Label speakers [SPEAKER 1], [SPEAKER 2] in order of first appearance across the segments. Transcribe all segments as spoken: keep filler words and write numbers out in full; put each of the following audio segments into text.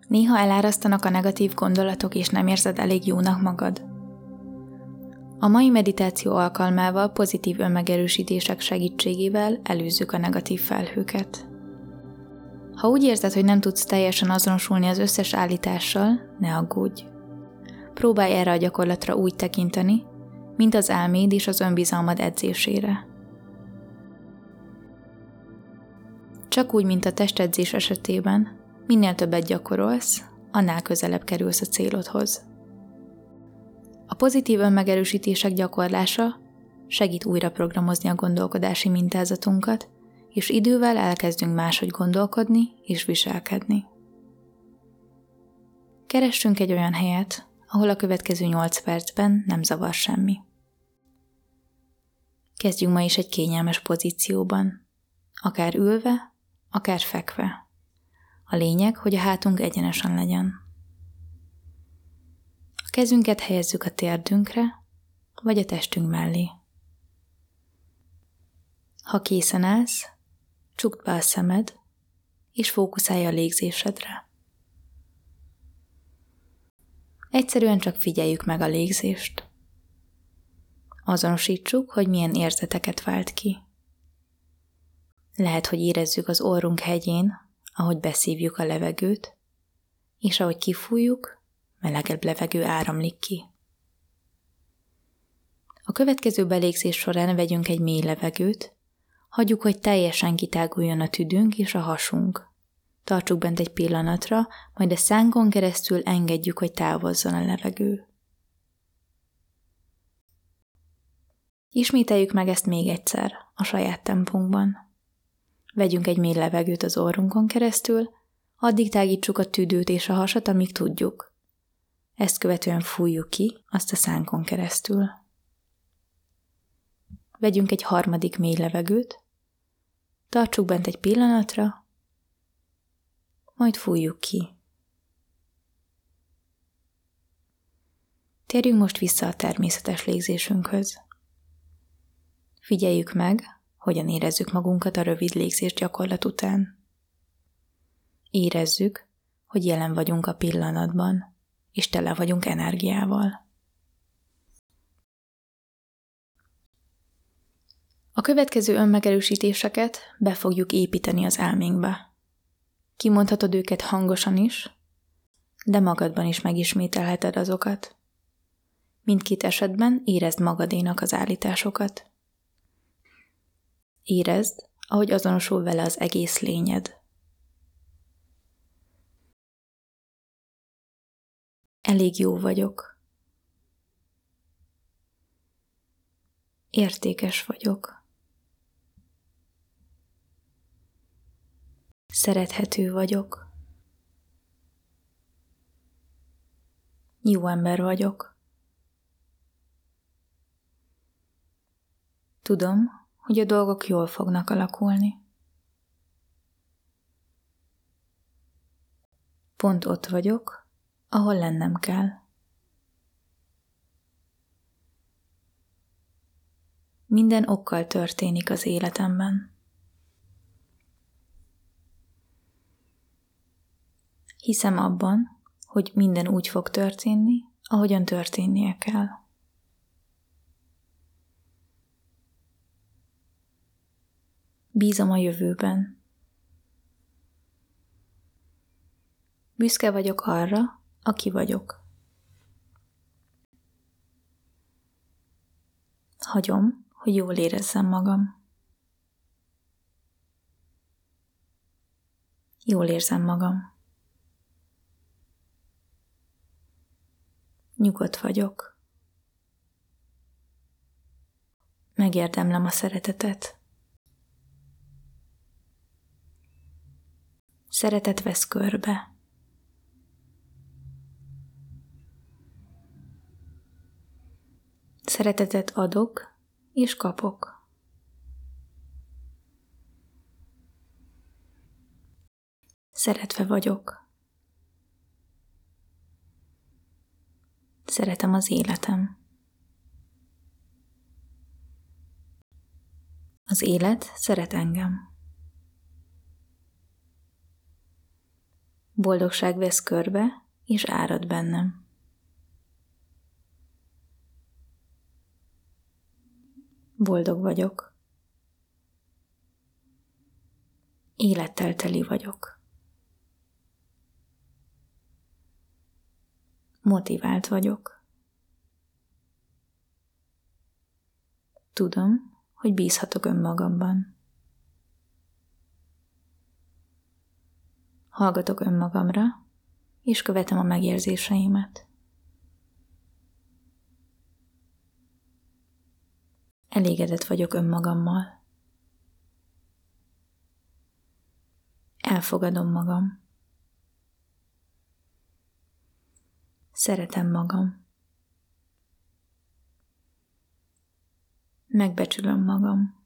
[SPEAKER 1] Néha elárasztanak a negatív gondolatok, és nem érzed elég jónak magad. A mai meditáció alkalmával pozitív önmegerősítések segítségével előzzük a negatív felhőket. Ha úgy érzed, hogy nem tudsz teljesen azonosulni az összes állítással, ne aggódj. Próbálj erre a gyakorlatra úgy tekinteni, mint az elméd és az önbizalmad edzésére. Csak úgy, mint a testedzés esetében, minél többet gyakorolsz, annál közelebb kerülsz a célodhoz. A pozitív önmegerősítések gyakorlása segít újra programozni a gondolkodási mintázatunkat, és idővel elkezdünk máshogy gondolkodni és viselkedni. Keressünk egy olyan helyet, ahol a következő nyolc percben nem zavar semmi. Kezdjünk ma is egy kényelmes pozícióban, akár ülve, akár fekve. A lényeg, hogy a hátunk egyenesen legyen. A kezünket helyezzük a térdünkre, vagy a testünk mellé. Ha készen állsz, csukd be a szemed, és fókuszálj a légzésedre. Egyszerűen csak figyeljük meg a légzést. Azonosítsuk, hogy milyen érzeteket vált ki. Lehet, hogy érezzük az orrunk hegyén, ahogy beszívjuk a levegőt, és ahogy kifújjuk, melegebb levegő áramlik ki. A következő belégzés során vegyünk egy mély levegőt, hagyjuk, hogy teljesen kitáguljon a tüdőnk és a hasunk. Tartsuk bent egy pillanatra, majd a szánkon keresztül engedjük, hogy távozzon a levegő. Ismételjük meg ezt még egyszer, a saját tempónkban. Vegyünk egy mély levegőt az orrunkon keresztül, addig tágítsuk a tüdőt és a hasat, amíg tudjuk. Ezt követően fújjuk ki, azt a szánkon keresztül. Vegyünk egy harmadik mély levegőt, tartsuk bent egy pillanatra, majd fújjuk ki. Térjünk most vissza a természetes légzésünkhöz. Figyeljük meg, hogyan érezzük magunkat a rövid légzés gyakorlat után. Érezzük, hogy jelen vagyunk a pillanatban, és tele vagyunk energiával. A következő önmegerősítéseket be fogjuk építeni az elménkbe. Kimondhatod őket hangosan is, de magadban is megismételheted azokat. Mindkét esetben érezd magadénak az állításokat. Érezd, ahogy azonosul vele az egész lényed. Elég jó vagyok. Értékes vagyok. Szerethető vagyok. Jó ember vagyok. Tudom, hogy a dolgok jól fognak alakulni. Pont ott vagyok, ahol lennem kell. Minden okkal történik az életemben. Hiszem abban, hogy minden úgy fog történni, ahogyan történnie kell. Bízom a jövőben. Büszke vagyok arra, aki vagyok. Hagyom, hogy jól érezzem magam. Jól érzem magam. Nyugodt vagyok. Megérdemlem a szeretetet. Szeretet vesz körbe. Szeretetet adok és kapok. Szeretve vagyok. Szeretem az életem. Az élet szeret engem. Boldogság vesz körbe, és árad bennem. Boldog vagyok. Élettel teli vagyok. Motivált vagyok. Tudom, hogy bízhatok önmagamban. Hallgatok önmagamra, és követem a megérzéseimet. Elégedett vagyok önmagammal. Elfogadom magam. Szeretem magam. Megbecsülöm magam.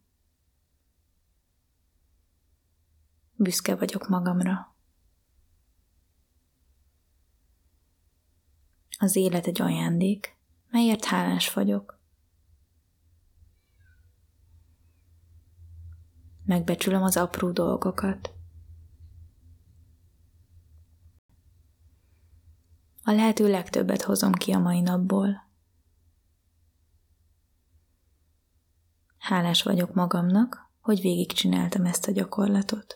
[SPEAKER 1] Büszke vagyok magamra. Az élet egy ajándék, melyért hálás vagyok. Megbecsülöm az apró dolgokat. A lehető legtöbbet hozom ki a mai napból. Hálás vagyok magamnak, hogy végigcsináltam ezt a gyakorlatot.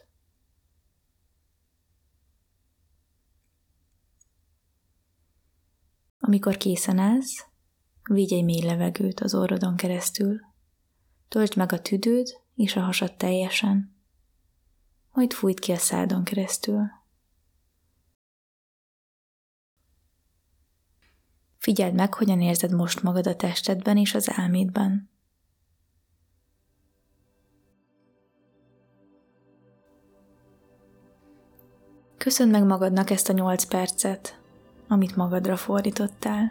[SPEAKER 1] Amikor készen állsz, vigy egy mély levegőt az orrodon keresztül, töltsd meg a tüdőd és a hasad teljesen, majd fújt ki a szádon keresztül. Figyeld meg, hogyan érzed most magad a testedben és az elmédben. Köszönd meg magadnak ezt a nyolc percet, amit magadra fordítottál.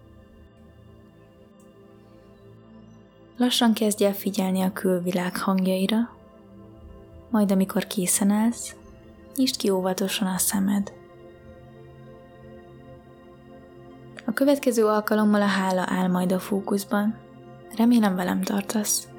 [SPEAKER 1] Lassan kezdj el figyelni a külvilág hangjaira, majd amikor készen állsz, nyisd ki óvatosan a szemed. A következő alkalommal a hála áll majd a fókuszban. Remélem velem tartasz.